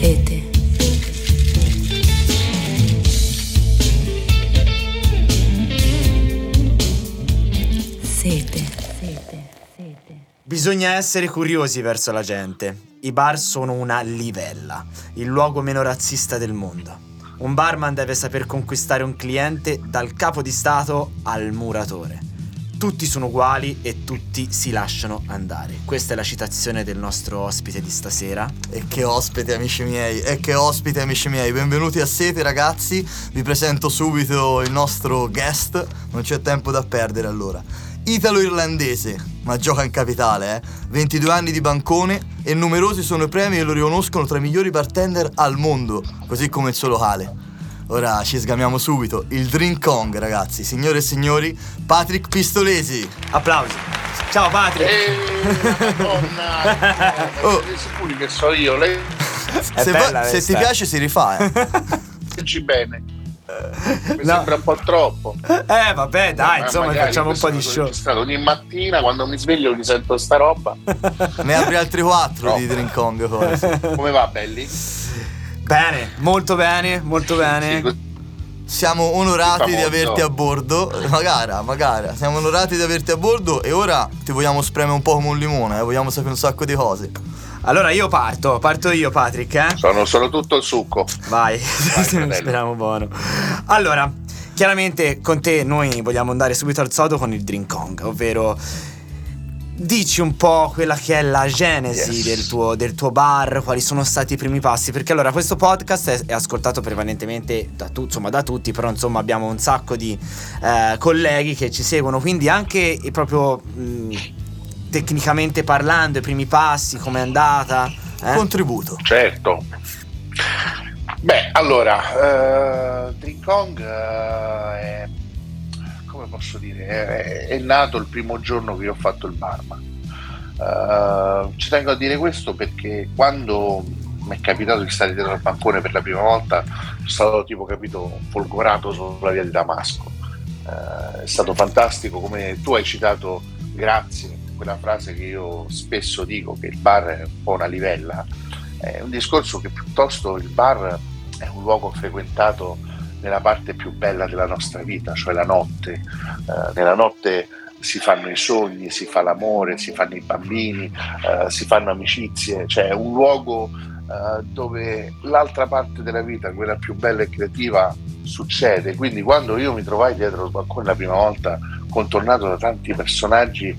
Sete. Sete. Bisogna essere curiosi verso la gente. I bar sono una livella, il luogo meno razzista del mondo. Un barman deve saper conquistare un cliente dal capo di stato al muratore. Tutti sono uguali e tutti si lasciano andare. Questa è la citazione del nostro ospite di stasera. E che ospite, amici miei, benvenuti a Sete, ragazzi. Vi presento subito il nostro guest, non c'è tempo da perdere allora. Italo-irlandese, ma gioca in capitale, 22 anni di bancone e numerosi sono i premi che lo riconoscono tra i migliori bartender al mondo, così come il suo locale. Ora ci sgamiamo subito, il Drink Kong, ragazzi, signore e signori, Patrick Pistolesi. Applausi. Ciao Patrick. Madonna, siete sicuri che so io? Lei Se ti piace si rifà, leggi bene. Mi sembra un po' troppo. Vabbè, dai, insomma, facciamo un po' di show. Ogni mattina quando mi sveglio mi sento sta roba. Ne apri altri 4 di Drink Kong poi. Come va, belli? Bene, molto bene. Sì, siamo onorati di averti a bordo. Magara. Siamo onorati di averti a bordo e ora ti vogliamo spremere un po' come un limone, vogliamo sapere un sacco di cose. Allora io parto io, Patrick, Sono tutto il succo. Vai, speriamo buono. Allora, chiaramente con te noi vogliamo andare subito al sodo con il Drink Kong, ovvero dici un po' quella che è la genesi del tuo bar, quali sono stati i primi passi, perché allora questo podcast è ascoltato prevalentemente da tutti, però insomma abbiamo un sacco di colleghi che ci seguono, quindi anche proprio tecnicamente parlando, i primi passi, com'è andata? Contributo. Certo. Beh, allora, Drink Kong è, come posso dire, è nato il primo giorno che io ho fatto il barman. Ci tengo a dire questo perché quando mi è capitato di stare dietro al bancone per la prima volta sono stato tipo, capito, folgorato sulla via di Damasco. È stato fantastico, come tu hai citato, grazie, quella frase che io spesso dico, che il bar è un po' una livella. È un discorso che piuttosto il bar è un luogo frequentato nella parte più bella della nostra vita, cioè la notte. Nella notte si fanno i sogni, si fa l'amore, si fanno i bambini, si fanno amicizie, cioè è un luogo dove l'altra parte della vita, quella più bella e creativa, succede. Quindi quando io mi trovai dietro il bancone la prima volta, contornato da tanti personaggi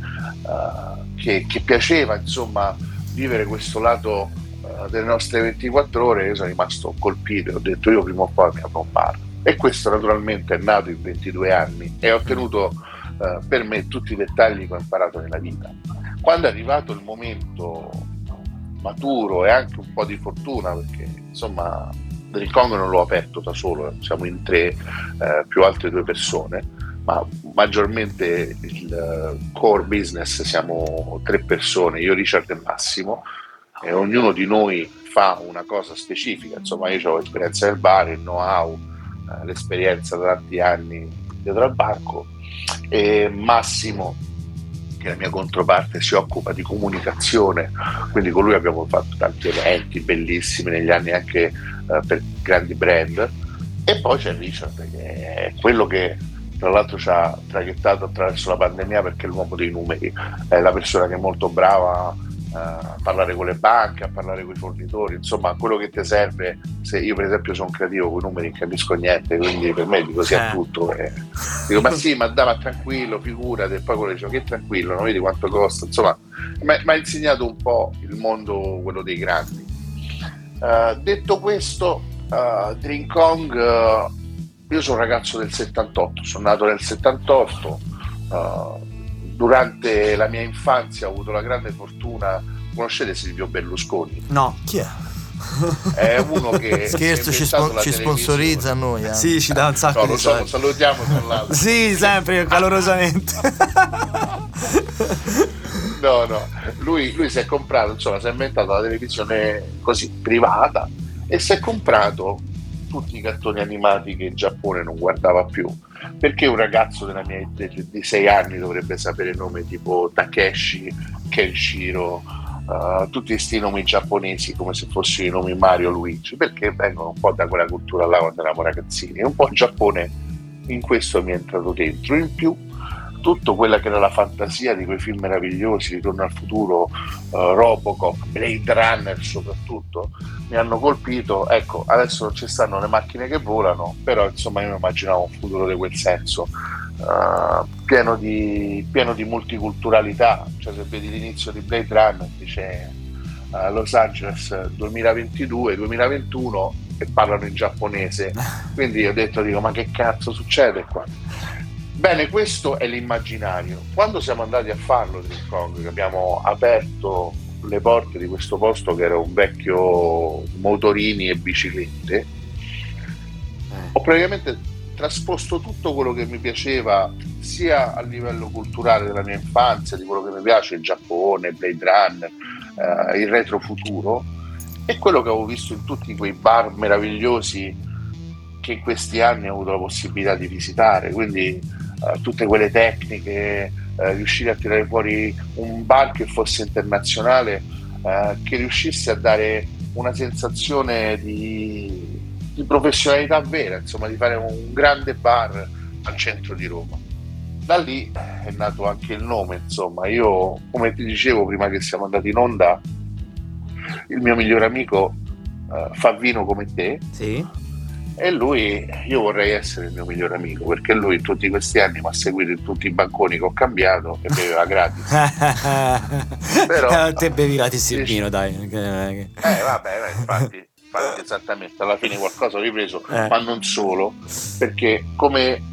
che piaceva insomma vivere questo lato delle nostre 24 ore, io sono rimasto colpito e ho detto io prima o poi mi apro un bar. E questo naturalmente è nato in 22 anni e ho ottenuto per me tutti i dettagli che ho imparato nella vita. Quando è arrivato il momento maturo e anche un po' di fortuna, perché insomma Drink Kong non l'ho aperto da solo, siamo in 3 più altre 2 persone, ma maggiormente il core business siamo 3 persone, io, Richard e Massimo, e ognuno di noi fa una cosa specifica. Insomma, io ho l'esperienza del bar, il know-how, l'esperienza da tanti anni dietro al banco, e Massimo, che è la mia controparte, si occupa di comunicazione, quindi con lui abbiamo fatto tanti eventi bellissimi negli anni anche per grandi brand. E poi c'è Richard, che è quello che tra l'altro ci ha traghettato attraverso la pandemia, perché è l'uomo dei numeri, è la persona che è molto brava a parlare con le banche, a parlare con i fornitori, insomma quello che ti serve. Se io per esempio sono creativo con i numeri non capisco niente, quindi per me dico sì a tutto, dico ma sì, ma dava tranquillo, figurati, e poi quello dicevo che tranquillo, non vedi quanto costa, insomma mi ha insegnato un po' il mondo, quello dei grandi. Detto questo, Drink Kong, io sono un ragazzo del 78, sono nato nel 78. Durante la mia infanzia ho avuto la grande fortuna. Conoscete Silvio Berlusconi? No, chi è? È uno che scherzo, ci sponsorizza a noi. Sì, ci dà un sacco di soldi. Salutiamo tra l'altro. Sì, sempre calorosamente. No, lui si è comprato, insomma, si è inventato la televisione così privata e si è comprato tutti i cartoni animati che in Giappone non guardava più, perché un ragazzo di 6 anni dovrebbe sapere nomi tipo Takeshi, Kenshiro, tutti questi nomi giapponesi come se fossero i nomi Mario o Luigi, perché vengono un po' da quella cultura là quando eravamo ragazzini, e un po' il Giappone in questo mi è entrato dentro. In più tutto quella che era la fantasia di quei film meravigliosi, Ritorno al futuro, Robocop, Blade Runner soprattutto, mi hanno colpito. Ecco, adesso non ci stanno le macchine che volano, però insomma io mi immaginavo un futuro di quel senso, pieno di multiculturalità. Cioè, se vedi l'inizio di Blade Runner dice Los Angeles 2022-2021 e parlano in giapponese, quindi ho detto, ma che cazzo succede qua? Bene, questo è l'immaginario. Quando siamo andati a farlo Dream Kong, che abbiamo aperto le porte di questo posto che era un vecchio motorini e biciclette, ho praticamente trasposto tutto quello che mi piaceva sia a livello culturale della mia infanzia, di quello che mi piace, il Giappone, Blade Runner, il retro futuro, e quello che avevo visto in tutti quei bar meravigliosi che in questi anni ho avuto la possibilità di visitare. Quindi tutte quelle tecniche, riuscire a tirare fuori un bar che fosse internazionale, che riuscisse a dare una sensazione di professionalità vera, insomma, di fare un grande bar al centro di Roma. Da lì è nato anche il nome, insomma. Io, come ti dicevo prima che siamo andati in onda, il mio migliore amico fa vino come te. Sì. E lui, io vorrei essere il mio migliore amico, perché lui in tutti questi anni mi ha seguito in tutti i banconi che ho cambiato e beveva gratis. Però te bevi gratis il vino, dai. Vabbè, infatti esattamente, alla fine qualcosa ho ripreso, ma non solo, perché come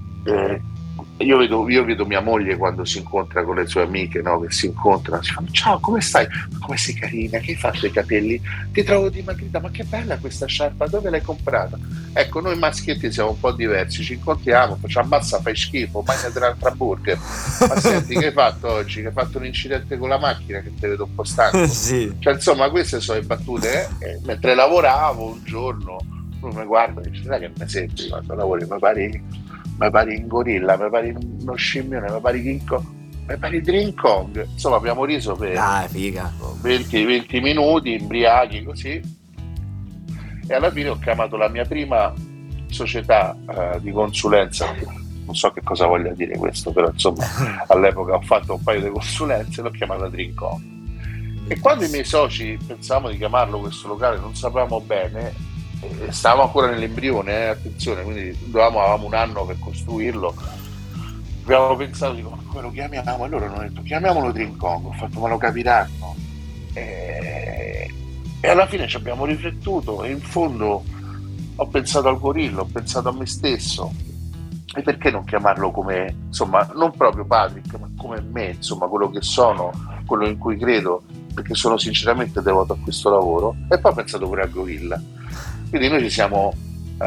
io vedo mia moglie quando si incontra con le sue amiche, no? Che si incontrano, si fanno: ciao, come stai? Come sei carina, che hai fatto i capelli? Ti trovo dimagrita, ma che bella questa sciarpa, dove l'hai comprata? Ecco, noi maschietti siamo un po' diversi, ci incontriamo, facciamo: ammazza, fai schifo, mangiati un'altra burger. Ma senti, che hai fatto oggi? Che hai fatto un incidente con la macchina, che ti vedo un po' stanco. Sì. Cioè, insomma, queste sono le battute. Mentre lavoravo un giorno, lui mi guarda e dice: sai che mi senti quando lavori? Mi pari in gorilla, mi pari uno scimmione, mi pari King Kong, mi pari Dream Kong. Insomma, abbiamo riso per figa. 20 minuti, imbriachi così, e alla fine ho chiamato la mia prima società di consulenza. Non so che cosa voglia dire questo, però insomma all'epoca ho fatto un paio di consulenze e l'ho chiamata Dream Kong. E quando i miei soci pensavamo di chiamarlo questo locale, non sapevamo bene, stavamo ancora nell'embrione, attenzione, quindi avevamo un anno per costruirlo. Abbiamo pensato, dico, ma come lo chiamiamo? E loro hanno detto: chiamiamolo Dream Kong. Ho fatto: ma lo capiranno? E alla fine ci abbiamo riflettuto, e in fondo ho pensato al gorillo, ho pensato a me stesso, e perché non chiamarlo come, insomma, non proprio Patrick, ma come me, insomma, quello che sono, quello in cui credo, perché sono sinceramente devoto a questo lavoro. E poi ho pensato pure a gorilla. Quindi noi ci siamo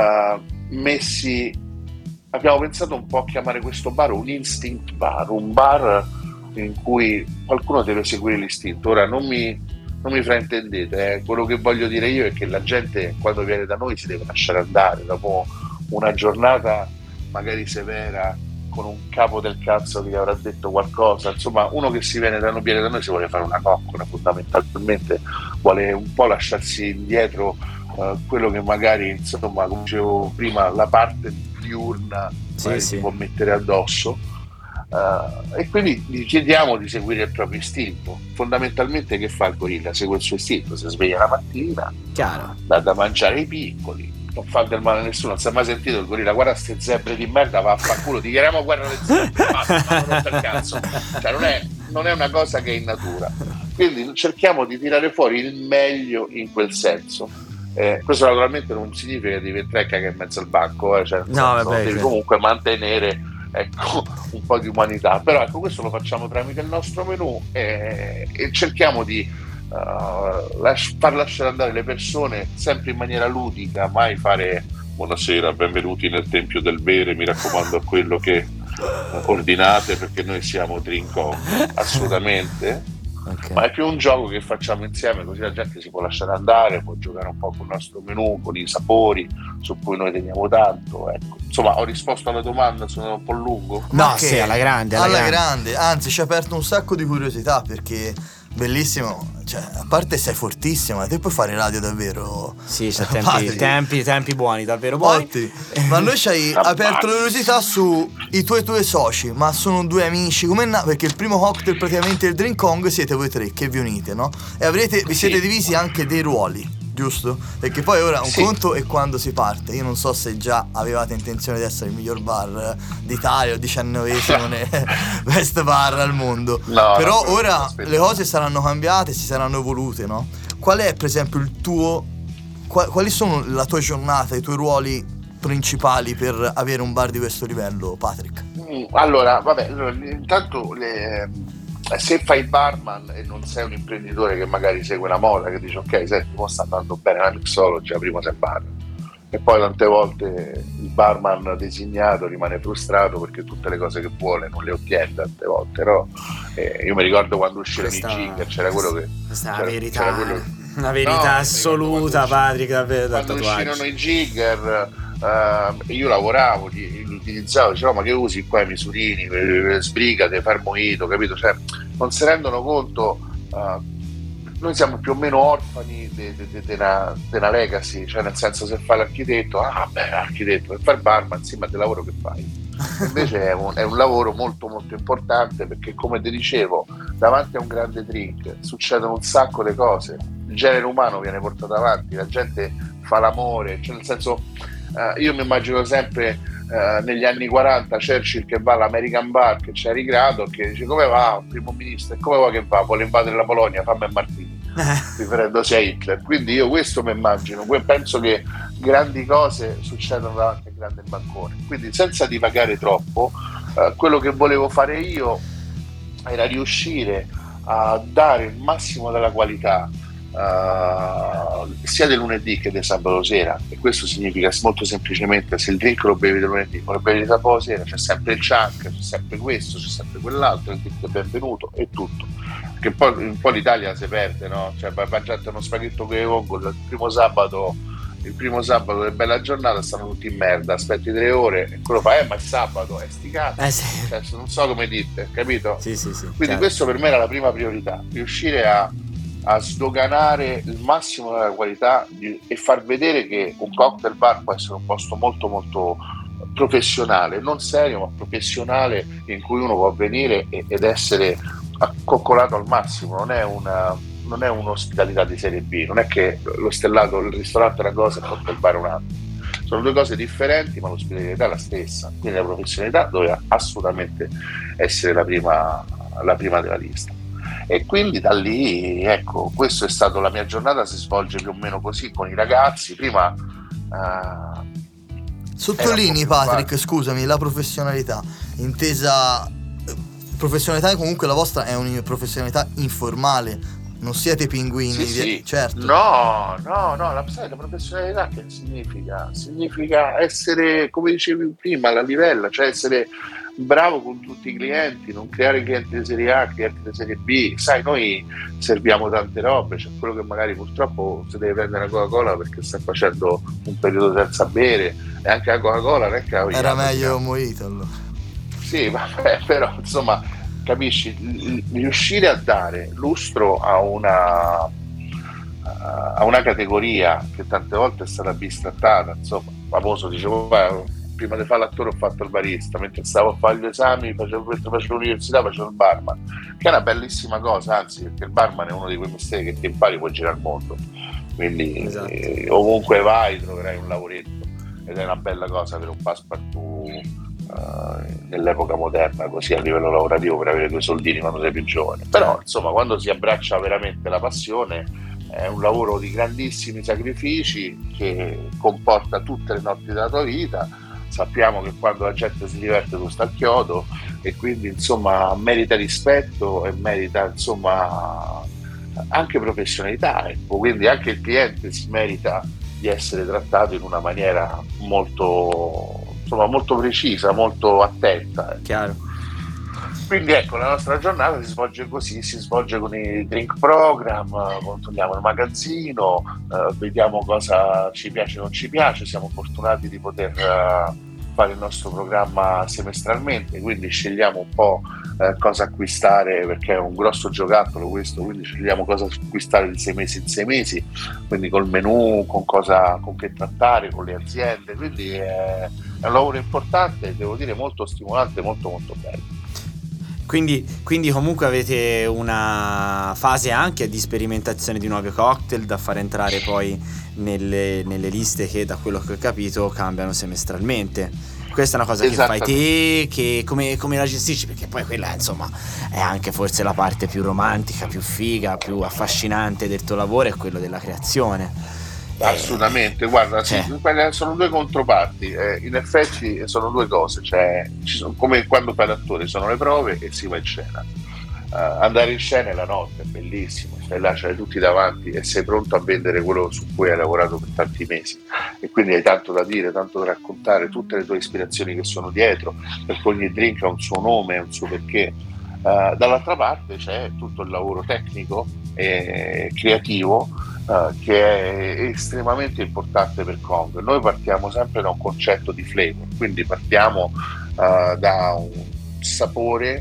abbiamo pensato un po' a chiamare questo bar un instinct bar, un bar in cui qualcuno deve seguire l'istinto. Ora non mi fraintendete, quello che voglio dire io è che la gente quando viene da noi si deve lasciare andare dopo una giornata magari severa, con un capo del cazzo che avrà detto qualcosa. Insomma, uno che viene da noi si vuole fare una coccola, fondamentalmente vuole un po' lasciarsi indietro quello che magari, insomma, come dicevo prima, la parte diurna si può mettere addosso, e quindi gli chiediamo di seguire il proprio istinto. Fondamentalmente che fa il gorilla? Segue il suo istinto, si sveglia la mattina, dà da mangiare ai piccoli, non fa del male a nessuno. Non si è mai sentito il gorilla: guarda ste zebre di merda, va a fanculo, dichiariamo guerra alle zebre, basta, non per cazzo. Cioè non è una cosa che è in natura, quindi cerchiamo di tirare fuori il meglio in quel senso. Questo naturalmente non significa che devi entrare che è in mezzo al banco, cioè, devi comunque mantenere, ecco, un po' di umanità. Però ecco, questo lo facciamo tramite il nostro menù, e cerchiamo di far lasciare andare le persone sempre in maniera ludica, mai fare: buonasera, benvenuti nel tempio del bere, mi raccomando a quello che ordinate perché noi siamo Dream Kong. Assolutamente. Okay. Ma è più un gioco che facciamo insieme, così la gente si può lasciare andare, può giocare un po' con il nostro menù, con i sapori su cui noi teniamo tanto, ecco. Insomma, ho risposto alla domanda, sono un po' lungo? No, sì, alla grande. Anzi, ci ha aperto un sacco di curiosità, perché Bellissimo, cioè, a parte sei fortissimo, te puoi fare radio davvero. Sì, c'è tempi buoni, davvero buoni. Ottimi. Ma noi ci hai aperto l'università sui tuoi soci, ma sono due amici, perché il primo cocktail praticamente del Drink Kong siete voi tre che vi unite, no? E vi siete divisi anche dei ruoli, giusto? Perché poi ora un conto è quando si parte. Io non so se già avevate intenzione di essere il miglior bar d'Italia o 19esimo best bar al mondo. No, però ora le cose saranno cambiate, si saranno evolute, no? Qual è per esempio il tuo quali sono la tua giornata, i tuoi ruoli principali per avere un bar di questo livello, Patrick? Allora, vabbè, intanto se fai il barman e non sei un imprenditore che magari segue la moda, che dice ok, senti, mo sta andando bene la mixology, prima sei barman, e poi tante volte il barman designato rimane frustrato perché tutte le cose che vuole non le ottiene tante volte, no? Io mi ricordo quando uscirono i Jigger, c'era quello che... Questa è la verità, una verità assoluta, Patrick, davvero. Quando uscirono i Jigger, io lavoravo, li utilizzavo, dicevo ma che usi qua i misurini, sbrigate, far mojito, capito? Cioè, non si rendono conto, noi siamo più o meno orfani della legacy, cioè nel senso, se fai l'architetto, architetto, per fare barman, sì, ma del lavoro che fai? Invece è un lavoro molto molto importante, perché come ti dicevo, davanti a un grande drink succedono un sacco di cose, il genere umano viene portato avanti, la gente fa l'amore, cioè nel senso, io mi immagino sempre negli anni 40 Churchill che va all'American Bar, che c'è Rigrado, che dice come va il primo ministro, e come va che va, vuole invadere la Polonia, fammi a Martini, riferendosi a Hitler. Quindi io questo mi immagino, penso che grandi cose succedono davanti al grande bancone, quindi senza divagare troppo, quello che volevo fare io era riuscire a dare il massimo della qualità sia del lunedì che del sabato sera, e questo significa molto semplicemente, se il drink lo bevi del lunedì o lo bevi del sabato sera, c'è sempre il chunk, c'è sempre questo, c'è sempre quell'altro, il drink è benvenuto e tutto, che poi un po' l'Italia si perde, no? Cioè mangiate uno spaghetto con le vongole il primo sabato è bella giornata, stanno tutti in merda, aspetti 3 ore e quello fa ma è sabato, è sti cazzi, sì. Cioè, non so come dite, capito? Sì, quindi certo. Questo per me era la prima priorità, riuscire a sdoganare il massimo della qualità e far vedere che un cocktail bar può essere un posto molto molto professionale, non serio ma professionale, in cui uno può venire ed essere accoccolato al massimo. Non è un'ospitalità di serie B, non è che lo stellato, il ristorante è una cosa e il cocktail bar è un'altra, sono due cose differenti, ma l'ospitalità è la stessa, quindi la professionalità doveva assolutamente essere la prima della lista. E quindi da lì, ecco, questo è stato, la mia giornata si svolge più o meno così con i ragazzi. Prima sottolinei, Patrick, scusami, la professionalità intesa professionalità, comunque la vostra è una professionalità informale, non siete pinguini, sì. Certo. No, la professionalità che significa? Significa essere, come dicevi prima, alla livella, cioè essere bravo con tutti i clienti, non creare clienti di serie A, clienti di serie B. Sai, noi serviamo tante robe, c'è quello che magari purtroppo si deve prendere una Coca-Cola perché sta facendo un periodo senza bere, e anche la Coca-Cola non è che era meglio mojito allora. Sì, vabbè, però insomma, capisci, riuscire a dare lustro a una categoria che tante volte è stata bistrattata, insomma, famoso, dicevo, prima di fare l'attore ho fatto il barista, mentre stavo a fare gli esami, mentre facevo l'università facevo il barman, che è una bellissima cosa, anzi, perché il barman è uno di quei mestieri che ti impari, puoi girare il mondo, quindi esatto. Ovunque vai troverai un lavoretto, ed è una bella cosa per un passepartout nell'epoca moderna, così a livello lavorativo, per avere quei soldini quando sei più giovane. Però insomma, quando si abbraccia veramente la passione, è un lavoro di grandissimi sacrifici che comporta tutte le notti della tua vita. Sappiamo che quando la gente si diverte tu sta al chiodo, e quindi insomma merita rispetto e merita insomma anche professionalità, ecco. Quindi anche il cliente si merita di essere trattato in una maniera molto precisa, molto attenta. Chiaro. Quindi ecco, la nostra giornata si svolge così, si svolge con i drink program, controlliamo il magazzino, vediamo cosa ci piace o non ci piace, siamo fortunati di poter fare il nostro programma semestralmente, quindi scegliamo un po' cosa acquistare, perché è un grosso giocattolo questo, quindi scegliamo cosa acquistare di 6 mesi in 6 mesi, quindi col menù, con che trattare, con le aziende, quindi è un lavoro importante, devo dire molto stimolante, molto molto bello. Quindi comunque avete una fase anche di sperimentazione di nuovi cocktail da far entrare poi nelle liste che, da quello che ho capito, cambiano semestralmente. Questa è una cosa che fai te, che come la gestisci? Perché poi quella, insomma, è anche forse la parte più romantica, più figa, più affascinante del tuo lavoro, è quello della creazione. Assolutamente, guarda, sì, quelle sono due controparti, in effetti sono due cose, cioè come quando fai l'attore, sono le prove e si va in scena. Andare in scena è la notte, è bellissimo, stai là, c'hai tutti davanti e sei pronto a vendere quello su cui hai lavorato per tanti mesi, e quindi hai tanto da dire, tanto da raccontare, tutte le tue ispirazioni che sono dietro, perché ogni drink ha un suo nome, un suo perché. Dall'altra parte c'è tutto il lavoro tecnico e creativo, che è estremamente importante per Kong. Noi partiamo sempre da un concetto di flavor, quindi partiamo da un sapore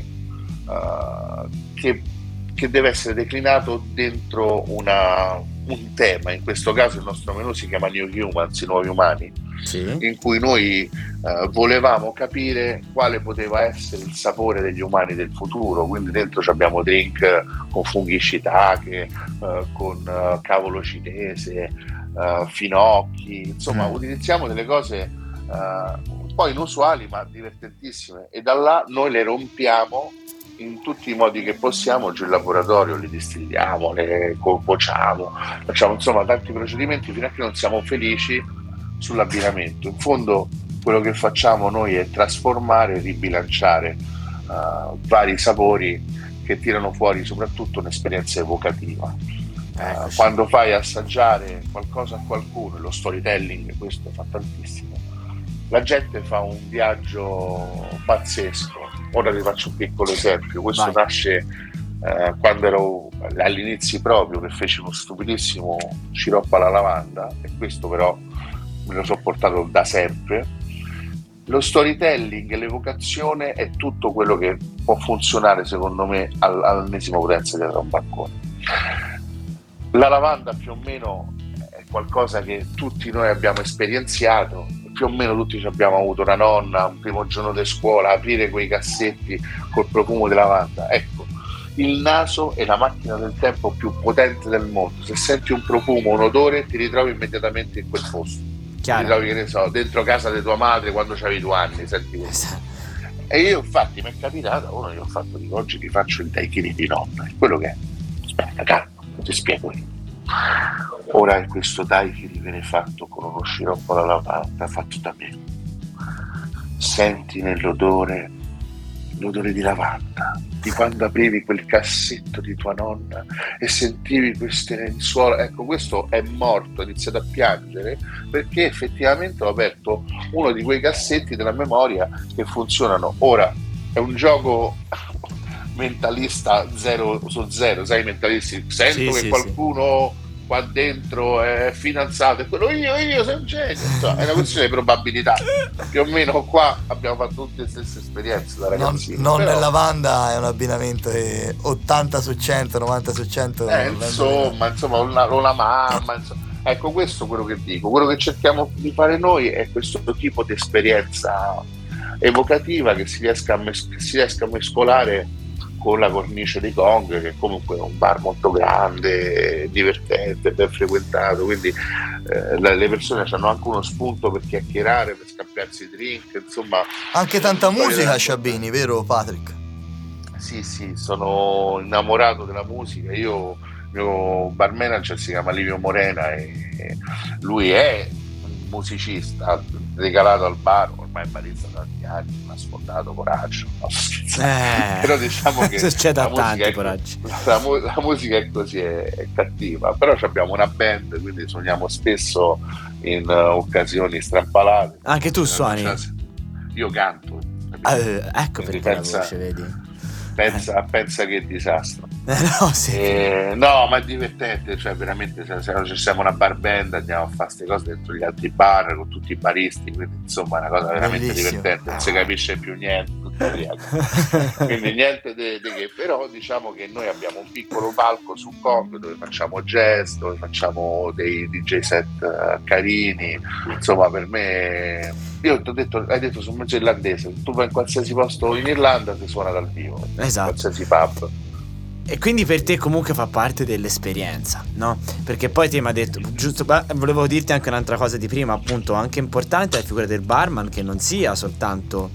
che deve essere declinato dentro un tema. In questo caso il nostro menù si chiama New Humans, i nuovi umani, sì, in cui noi volevamo capire quale poteva essere il sapore degli umani del futuro, quindi dentro abbiamo drink con funghi shiitake, con cavolo cinese, finocchi, insomma utilizziamo delle cose un po' inusuali ma divertentissime, e da là noi le rompiamo in tutti i modi che possiamo giù in laboratorio, li distilliamo, le cuociamo, facciamo insomma tanti procedimenti fino a che non siamo felici sull'abbinamento. In fondo quello che facciamo noi è trasformare e ribilanciare vari sapori che tirano fuori soprattutto un'esperienza evocativa. Quando fai assaggiare qualcosa a qualcuno, lo storytelling questo fa tantissimo, la gente fa un viaggio pazzesco. Ora vi faccio un piccolo esempio, questo nasce quando ero all'inizio proprio, che feci uno stupidissimo sciroppo alla lavanda, e questo però me lo so portato da sempre. Lo storytelling e l'evocazione è tutto quello che può funzionare secondo me all'ennesima potenza dietro un bancone. La lavanda più o meno è qualcosa che tutti noi abbiamo esperienziato, più o meno tutti abbiamo avuto una nonna, un primo giorno di scuola, aprire quei cassetti col profumo di lavanda. Ecco, il naso è la macchina del tempo più potente del mondo. Se senti un profumo, un odore, ti ritrovi immediatamente in quel posto. Chiaro. Ti ritrovi, che ne so, dentro casa di tua madre quando avevi 2 anni, senti questo. E io infatti mi è capitato, io ho fatto, dico, oggi ti faccio il daiquiri di nonna, è quello che è. Aspetta, calma, ti spiego io. Ora questo daiquiri viene fatto con uno sciroppo alla lavanda fatto da me. Senti nell'odore l'odore di lavanda, di quando aprivi quel cassetto di tua nonna e sentivi queste lenzuola. Ecco, questo è morto, ha iniziato a piangere perché effettivamente ho aperto uno di quei cassetti della memoria che funzionano. Ora è un gioco mentalista 0 su 0, sai, i mentalisti, sento che qualcuno qua dentro è fidanzato e quello io sei un genio, è una questione di probabilità. Più o meno qua abbiamo fatto tutte le stesse esperienze da ragazzini. Non però... lavanda è un abbinamento 80 su 100, 90 su 100. Insomma una mamma, insomma. Ecco, questo è quello che dico. Quello che cerchiamo di fare noi è questo tipo di esperienza evocativa che si riesca a mescolare con la cornice di Kong, che comunque è un bar molto grande, divertente, ben frequentato, quindi le persone hanno anche uno spunto per chiacchierare, per scambiarsi i drink, insomma. Anche tanta musica, Sciabini, vero Patrick? Sì, sono innamorato della musica. Il mio bar manager si chiama Livio Morena e lui è un musicista regalato al bar, ormai è barista da tanti anni, non ha sfondato coraggio, però diciamo che la musica è così, è cattiva, però abbiamo una band, quindi suoniamo spesso in occasioni strampalate. Anche tu suoni? Io canto, ecco perché la voce, vedi? Pensa che disastro. No, sì. No, ma è divertente, cioè veramente se non ci siamo una bar band andiamo a fare queste cose dentro gli altri bar con tutti i baristi, quindi insomma è una cosa veramente Bellissimo. divertente, non si capisce più niente, tutto ubriaco. Quindi niente di che, però diciamo che noi abbiamo un piccolo palco su Kong dove facciamo jazz, dove facciamo dei DJ set carini, insomma per me, io ti ho detto, hai detto sul mezzo irlandese, tu vai in qualsiasi posto in Irlanda si suona dal vivo, Esatto. qualsiasi pub. E quindi per te comunque fa parte dell'esperienza, no? Perché poi te mi ha detto, giusto, volevo dirti anche un'altra cosa di prima, appunto, anche importante è la figura del barman, che non sia soltanto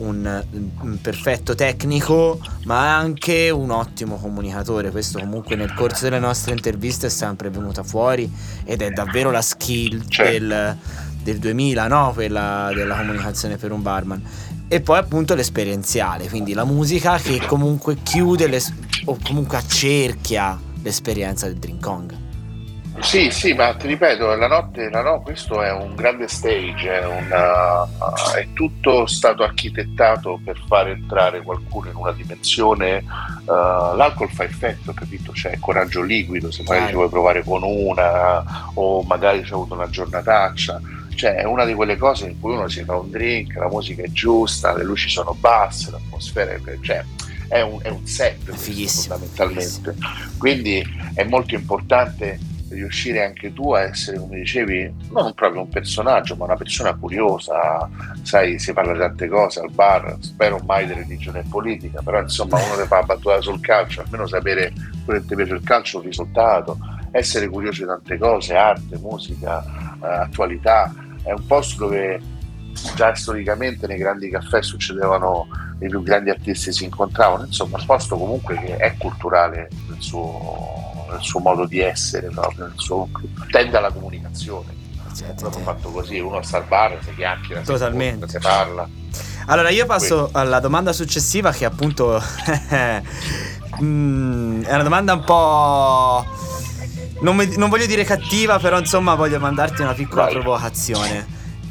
un perfetto tecnico, ma anche un ottimo comunicatore. Questo comunque nel corso delle nostre interviste è sempre venuta fuori ed è davvero la skill del 2000, no? Quella della comunicazione per un barman. E poi appunto l'esperienziale, quindi la musica che comunque chiude o comunque accerchia l'esperienza del Drink Kong. Sì, ma ti ripeto, la notte, questo è un grande stage, è tutto stato architettato per far entrare qualcuno in una dimensione. L'alcol fa effetto, capito? C'è coraggio liquido, se magari ci vuoi provare con una, o magari c'è avuto una giornataccia. Cioè è una di quelle cose in cui uno si fa un drink, la musica è giusta, le luci sono basse, l'atmosfera è un set questo, fondamentalmente. Quindi è molto importante riuscire anche tu a essere, come dicevi, non proprio un personaggio, ma una persona curiosa. Sai, si parla di tante cose al bar, spero mai di religione e politica, però insomma uno che fa la battuta sul calcio, almeno sapere quello che ti piace il calcio, il risultato, essere curioso di tante cose, arte, musica, attualità. È un posto dove già storicamente nei grandi caffè succedevano, i più grandi artisti si incontravano, insomma un posto comunque che è culturale nel suo modo di essere, proprio tende alla comunicazione. È proprio fatto così, uno sta al bar, si chiacchiera, totalmente, si parla. Allora io passo alla domanda successiva, che appunto è una domanda un po', non voglio dire cattiva, però insomma voglio mandarti una piccola provocazione.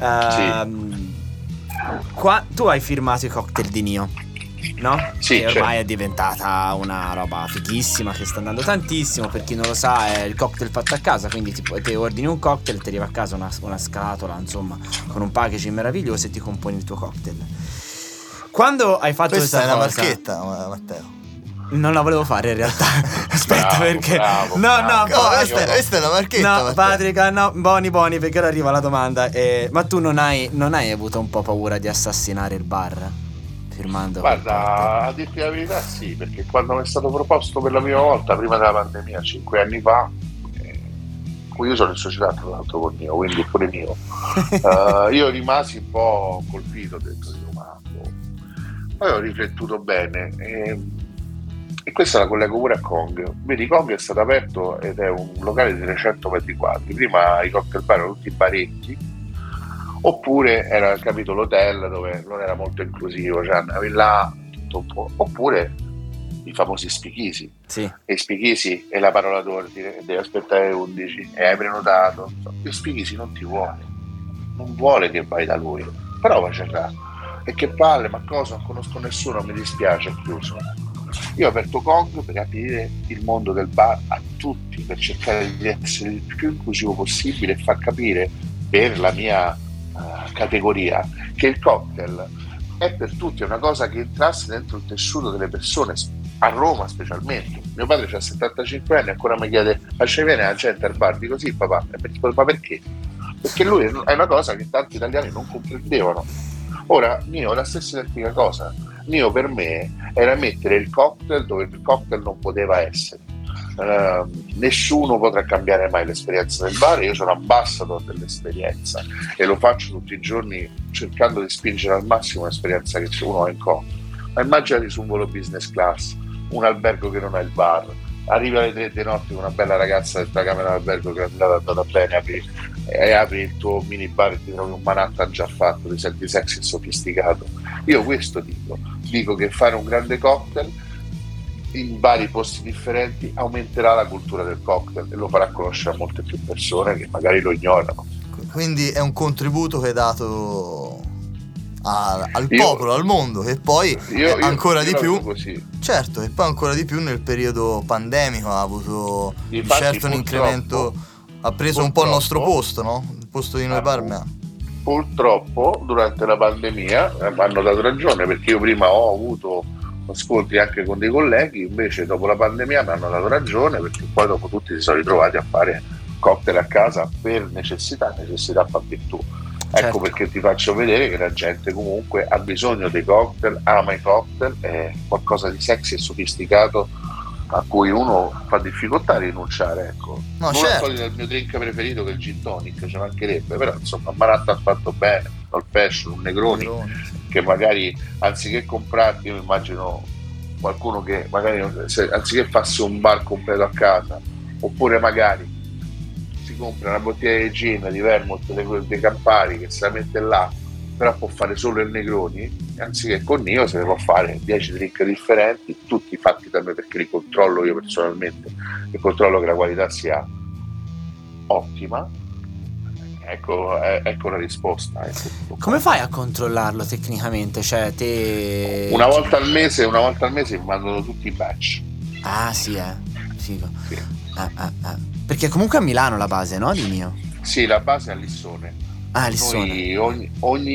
Tu hai firmato i cocktail di Nio, no? Sì, che ormai è diventata una roba fighissima, che sta andando tantissimo. Per chi non lo sa, è il cocktail fatto a casa, quindi ti ordini un cocktail, ti arriva a casa una scatola, insomma, con un packaging meraviglioso e ti componi il tuo cocktail. Quando hai fatto questa questa è una cosa, marchetta, Matteo. Non la volevo fare in realtà. Aspetta, bravo, perché bravo. Questa è una marchetta. No, Patrick, no, buoni, perché ora arriva la domanda. Ma tu non hai avuto un po' paura di assassinare il bar firmando? Guarda, a dirti la verità sì, perché quando mi è stato proposto per la prima volta, prima della pandemia, 5 anni fa, io sono in società tra l'altro con Nio, quindi pure mio, io rimasi un po' colpito, ho detto poi ho riflettuto bene e questa la collego pure a Kong. Vedi, Kong è stato aperto ed è un locale di 300 metri quadri. Prima i cocktail bar erano tutti baretti, oppure era, capito, l'hotel dove non era molto inclusivo, cioè andavi là tutto un po', oppure i famosi spichisi. Sì. E i spichisi è la parola d'ordine, devi aspettare le 11 e hai prenotato. Gli spichisi non ti vuole che vai da lui, però va là. E che palle, ma cosa, non conosco nessuno, mi dispiace, è chiuso. Io ho aperto Kong per aprire il mondo del bar a tutti, per cercare di essere il più inclusivo possibile e far capire per la mia categoria che il cocktail è per tutti, è una cosa che entrasse dentro il tessuto delle persone, a Roma specialmente. Mio padre ha 75 anni e ancora mi chiede: ma ci viene la gente al bar? Dico sì papà, ma perché? Perché lui è una cosa che tanti italiani non comprendevano. Ora Nio è la stessa identica cosa. Nio per me era mettere il cocktail dove il cocktail non poteva essere. Nessuno potrà cambiare mai l'esperienza del bar. Io sono ambassador dell'esperienza e lo faccio tutti i giorni cercando di spingere al massimo l'esperienza che uno ha in cocktail. Ma immaginati su un volo business class, un albergo che non ha il bar, arrivi alle 3 di notte con una bella ragazza della camera d'albergo che è andata bene, apri il tuo mini bar e ti trovi un Manhattan già fatto, ti senti sexy e sofisticato. Io questo dico che fare un grande cocktail in vari posti differenti aumenterà la cultura del cocktail e lo farà conoscere a molte più persone che magari lo ignorano. Quindi è un contributo che hai dato al popolo, al mondo, e poi ancora di più così. Certo, e poi ancora di più nel periodo pandemico ha avuto di Infatti, certo un incremento, ha preso un po' il nostro posto, no? Il posto di noi Parma. Purtroppo durante la pandemia mi hanno dato ragione, perché io prima ho avuto scontri anche con dei colleghi, invece dopo la pandemia mi hanno dato ragione, perché poi dopo tutti si sono ritrovati a fare cocktail a casa per necessità fa virtù. Certo. Ecco perché ti faccio vedere che la gente comunque ha bisogno dei cocktail, ama i cocktail, è qualcosa di sexy e sofisticato a cui uno fa difficoltà a rinunciare, ecco. No, non certo. il mio drink preferito, che è il gin tonic, ci mancherebbe, però insomma Maratta ha fatto bene, al fashion, un Negroni, che magari anziché comprarti, io mi immagino qualcuno che magari anziché farsi un bar completo a casa, oppure magari si compra una bottiglia di gin, di vermouth, dei Campari, che se la mette là, però può fare solo il Negroni, anziché con Nio se ne può fare 10 drink differenti, tutti fatti da me, perché li controllo io personalmente, e controllo che la qualità sia ottima. Ecco la risposta. Come fai a controllarlo tecnicamente? Cioè, te una volta al mese mi mandano tutti i batch. Ah sì, figo. Sì. Perché comunque a Milano la base, no? Di Nio? Sì, la base è a Lissone. Ah, Lissone. Noi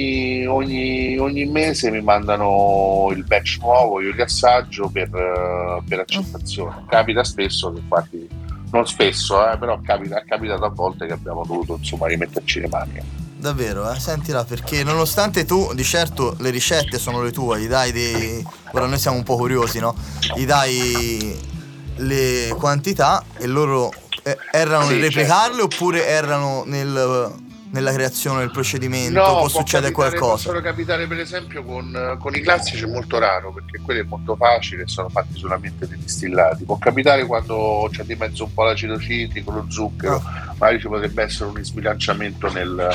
ogni mese mi mandano il batch nuovo, io li assaggio per accettazione. Capita spesso che infatti, non spesso, però è capitato a volte che abbiamo dovuto insomma rimetterci le mani. Davvero, sentila, perché nonostante tu di certo le ricette sono le tue, gli dai ora noi siamo un po' curiosi, no? Gli dai le quantità e loro erano nel replicarle, certo, oppure erano nella creazione del procedimento? No, può succedere qualcosa? Possono capitare, per esempio con i classici è molto raro, perché quelli è molto facile, sono fatti solamente dei distillati. Può capitare quando c'è di mezzo un po' l'acido citrico, lo zucchero, magari ci potrebbe essere un sbilanciamento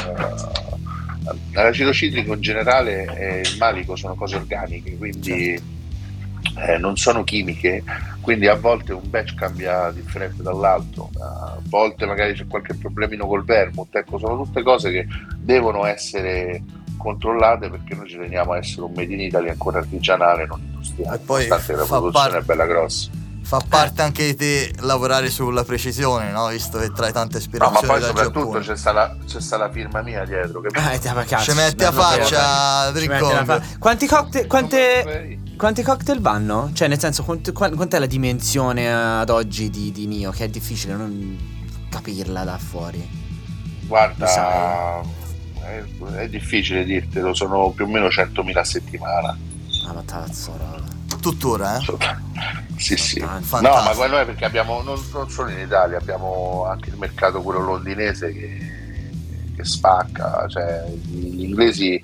nell'acido citrico. In generale il malico sono cose organiche, quindi non sono chimiche, quindi a volte un batch cambia differente dall'altro, a volte magari c'è qualche problemino col vermouth. Ecco, sono tutte cose che devono essere controllate, perché noi ci teniamo a essere un made in Italy ancora artigianale, non industriale, e poi nonostante la produzione è bella grossa. Fa parte anche di te lavorare sulla precisione, no? Visto che trai tanta ispirazione. No, ma poi dal soprattutto Giappone. c'è sta la firma mia dietro, che ci metti a faccia Drink. Quanti cocktail vanno? Cioè, nel senso, quant'è la dimensione ad oggi di Nio? Che è difficile non capirla da fuori. Guarda, è difficile dirtelo, sono più o meno 100.000 a settimana. Ah, ma cazzo, tuttora, Sì. Fantastico. No, ma quello è perché abbiamo non solo in Italia, abbiamo anche il mercato quello londinese che spacca, cioè gli inglesi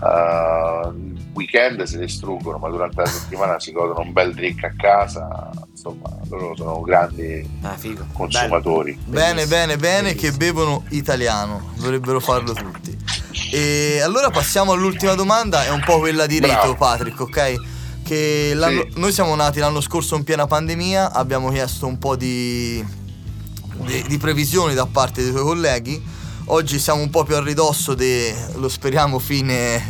weekend si distruggono, ma durante la settimana si godono un bel drink a casa, insomma loro sono grandi consumatori. Bene, che bevono italiano, dovrebbero farlo tutti. E allora passiamo all'ultima domanda, è un po' quella di rito, Patrick, ok? Che noi siamo nati l'anno scorso in piena pandemia, abbiamo chiesto un po' di previsioni da parte dei tuoi colleghi. Oggi siamo un po' più a ridosso lo speriamo fine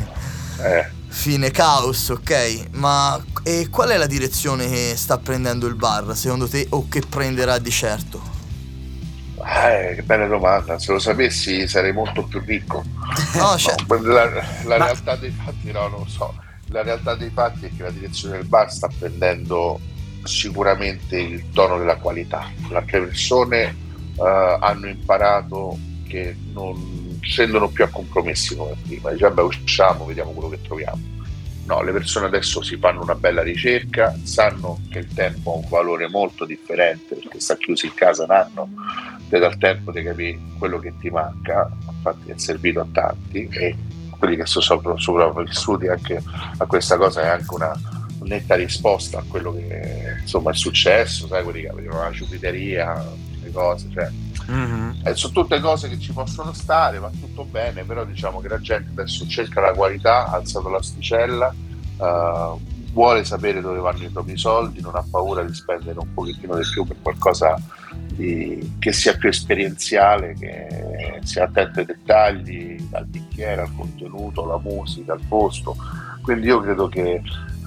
caos, ok? Ma qual è la direzione che sta prendendo il bar, secondo te, o che prenderà di certo? Che bella domanda, se lo sapessi sarei molto più ricco. No, la realtà dei fatti non lo so. La realtà dei fatti è che la direzione del bar sta prendendo sicuramente il tono della qualità. Le persone hanno imparato che non scendono più a compromessi come prima. Dice, vabbè, usciamo, vediamo quello che troviamo. No, le persone adesso si fanno una bella ricerca, sanno che il tempo ha un valore molto differente, perché sta chiusi in casa un anno, ti dà il tempo di capire quello che ti manca. Infatti è servito a tanti, e quelli che sono sopravvissuti anche a questa cosa è anche una netta risposta a quello che insomma è successo, sai, quelli che avevano la ciupiteria, le cose, cioè sono tutte cose che ci possono stare, va tutto bene, però diciamo che la gente adesso cerca la qualità, ha alzato l'asticella, vuole sapere dove vanno i propri soldi, non ha paura di spendere un pochettino di più per qualcosa che sia più esperienziale, che sia attento ai dettagli, al bicchiere, al contenuto, alla musica, al posto. Quindi io credo che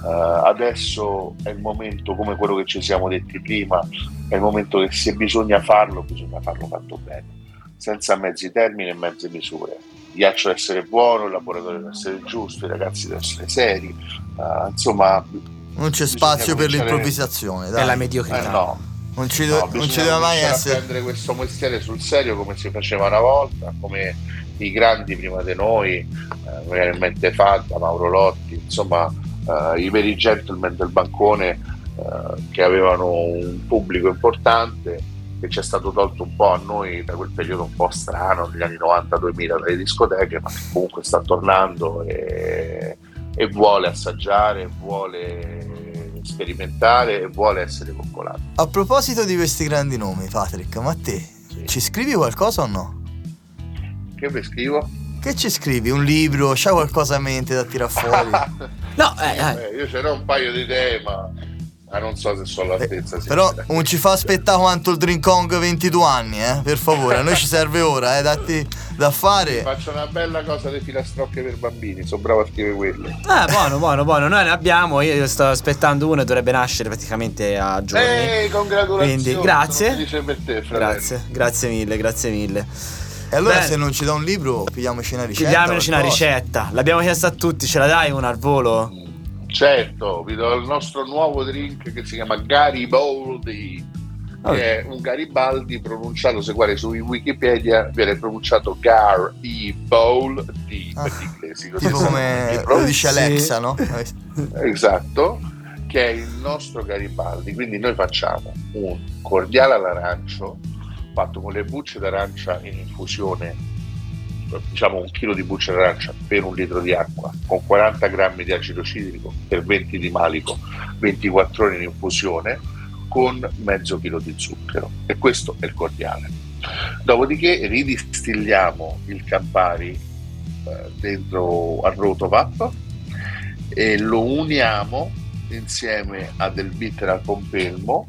adesso è il momento, come quello che ci siamo detti prima, è il momento che se bisogna farlo fatto bene, senza mezzi termini e mezze misure. Il ghiaccio deve essere buono, il laboratorio deve essere giusto, i ragazzi devono essere seri, insomma non c'è spazio per l'improvvisazione, dai. È la mediocrità. No. Non ci deve mai essere. A prendere questo mestiere sul serio come si faceva una volta, come i grandi prima di noi, magari in mente Fanta, Mauro Lotti, insomma i veri gentleman del bancone che avevano un pubblico importante, che ci è stato tolto un po' a noi da quel periodo un po' strano negli anni 90-2000 dalle discoteche, ma che comunque sta tornando e vuole assaggiare, vuole sperimentare e vuole essere coccolato. A proposito di questi grandi nomi, Patrick, ma te ci scrivi qualcosa o no? Che vi scrivo? Che ci scrivi? Un libro? C'hai qualcosa a mente da tirar fuori? No, io c'ero un paio di idee, ma non so se sono all'altezza. Però non ci fa aspettare quanto il Drink Kong 22 anni, per favore. A noi ci serve ora, datti da fare. Faccio una bella cosa di filastrocche per bambini, sono bravo a scrivere quelle. Buono. Noi ne abbiamo, io sto aspettando uno e dovrebbe nascere praticamente a giorni. Congratulazioni. Quindi grazie. Per te, grazie mille. E allora bene, se non ci dà un libro, pigliamoci una ricetta. Pigliamoci una ricetta. L'abbiamo chiesto a tutti, ce la dai una al volo? Certo, vi do il nostro nuovo drink che si chiama Garibaldi, che è un Garibaldi pronunciato, se guardi su Wikipedia, viene pronunciato Garibaldi per gli inglesi. Tipo come lo dice Alexa, no? Esatto, che è il nostro Garibaldi. Quindi noi facciamo un cordiale all'arancio fatto con le bucce d'arancia in infusione, diciamo 1 chilo di bucce d'arancia per 1 litro di acqua, con 40 grammi di acido citrico per 20 di malico, 24 ore in infusione, con mezzo chilo di zucchero. E questo è il cordiale. Dopodiché ridistilliamo il Campari dentro al Rotovap e lo uniamo insieme a del bitter al pompelmo,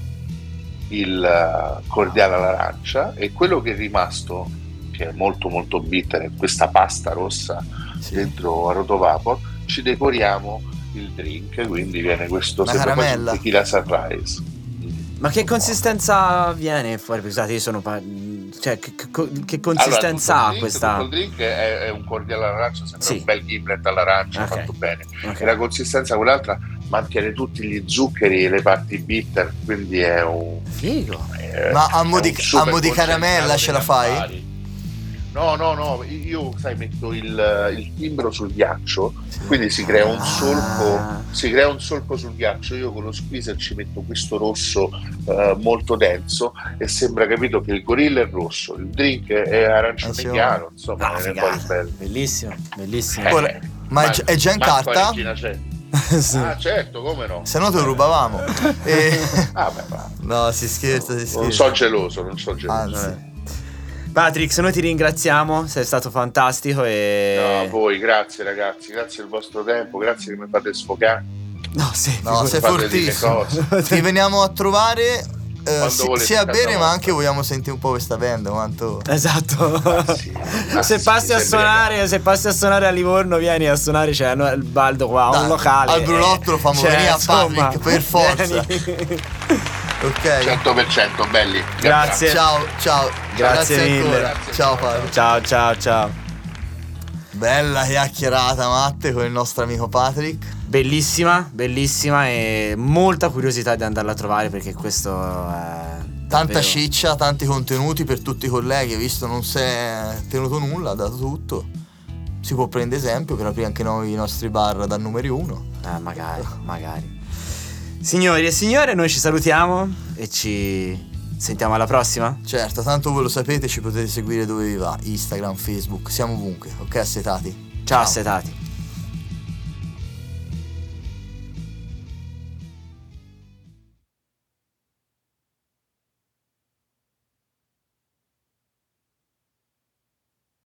il cordiale all'arancia, e quello che è rimasto, che è molto molto bitter, è questa pasta rossa dentro a Rotovapor, ci decoriamo il drink, quindi viene questo caramella tequila sunrise. Ma che consistenza viene fuori? Scusate, io sono cioè che consistenza ha questa? Il drink è un cordiale all'arancia, sembra un bel gimlet all'arancia, fatto bene. E la consistenza quell'altra mantiene tutti gli zuccheri e le parti bitter, quindi è un figo. Ma a mo' di caramella ce la fai? No, io metto il timbro sul ghiaccio, quindi si crea un solco sul ghiaccio. Io con lo squeezer ci metto questo rosso molto denso e sembra, capito, che il gorilla è rosso, il drink è arancione chiaro, insomma, è poi bello. Bellissimo. Ma è già in carta? Sì. Ah, certo, come no? Se no te lo rubavamo. Beh. No, si scherza. Non sono geloso. Anzi. Patrick, noi ti ringraziamo, sei stato fantastico e... No, voi, grazie ragazzi, grazie del vostro tempo, grazie che mi fate sfogare. No, sei fortissimo. Ti veniamo a trovare sia a bere, ma anche vogliamo sentire un po' questa band quanto... Esatto. Se passi a suonare a Livorno, vieni a suonare, c'è il Baldo qua, un locale. Al Brulotto lo famo venire a Patrick, per forza. Ok, 100% belli. Grazie. Ciao. Grazie mille. Grazie. Ciao Patrick. Ciao. Bella chiacchierata, Matte, con il nostro amico Patrick. Bellissima e molta curiosità di andarla a trovare, perché questo è tanta davvero... ciccia, tanti contenuti per tutti i colleghi. Visto non si è tenuto nulla, ha dato tutto. Si può prendere esempio per aprire anche noi i nostri bar dal numero 1. Magari. Signori e signore, noi ci salutiamo e ci sentiamo alla prossima. Certo, tanto voi lo sapete, ci potete seguire dove vi va: Instagram, Facebook, siamo ovunque. Ok, assetati? Ciao assetati.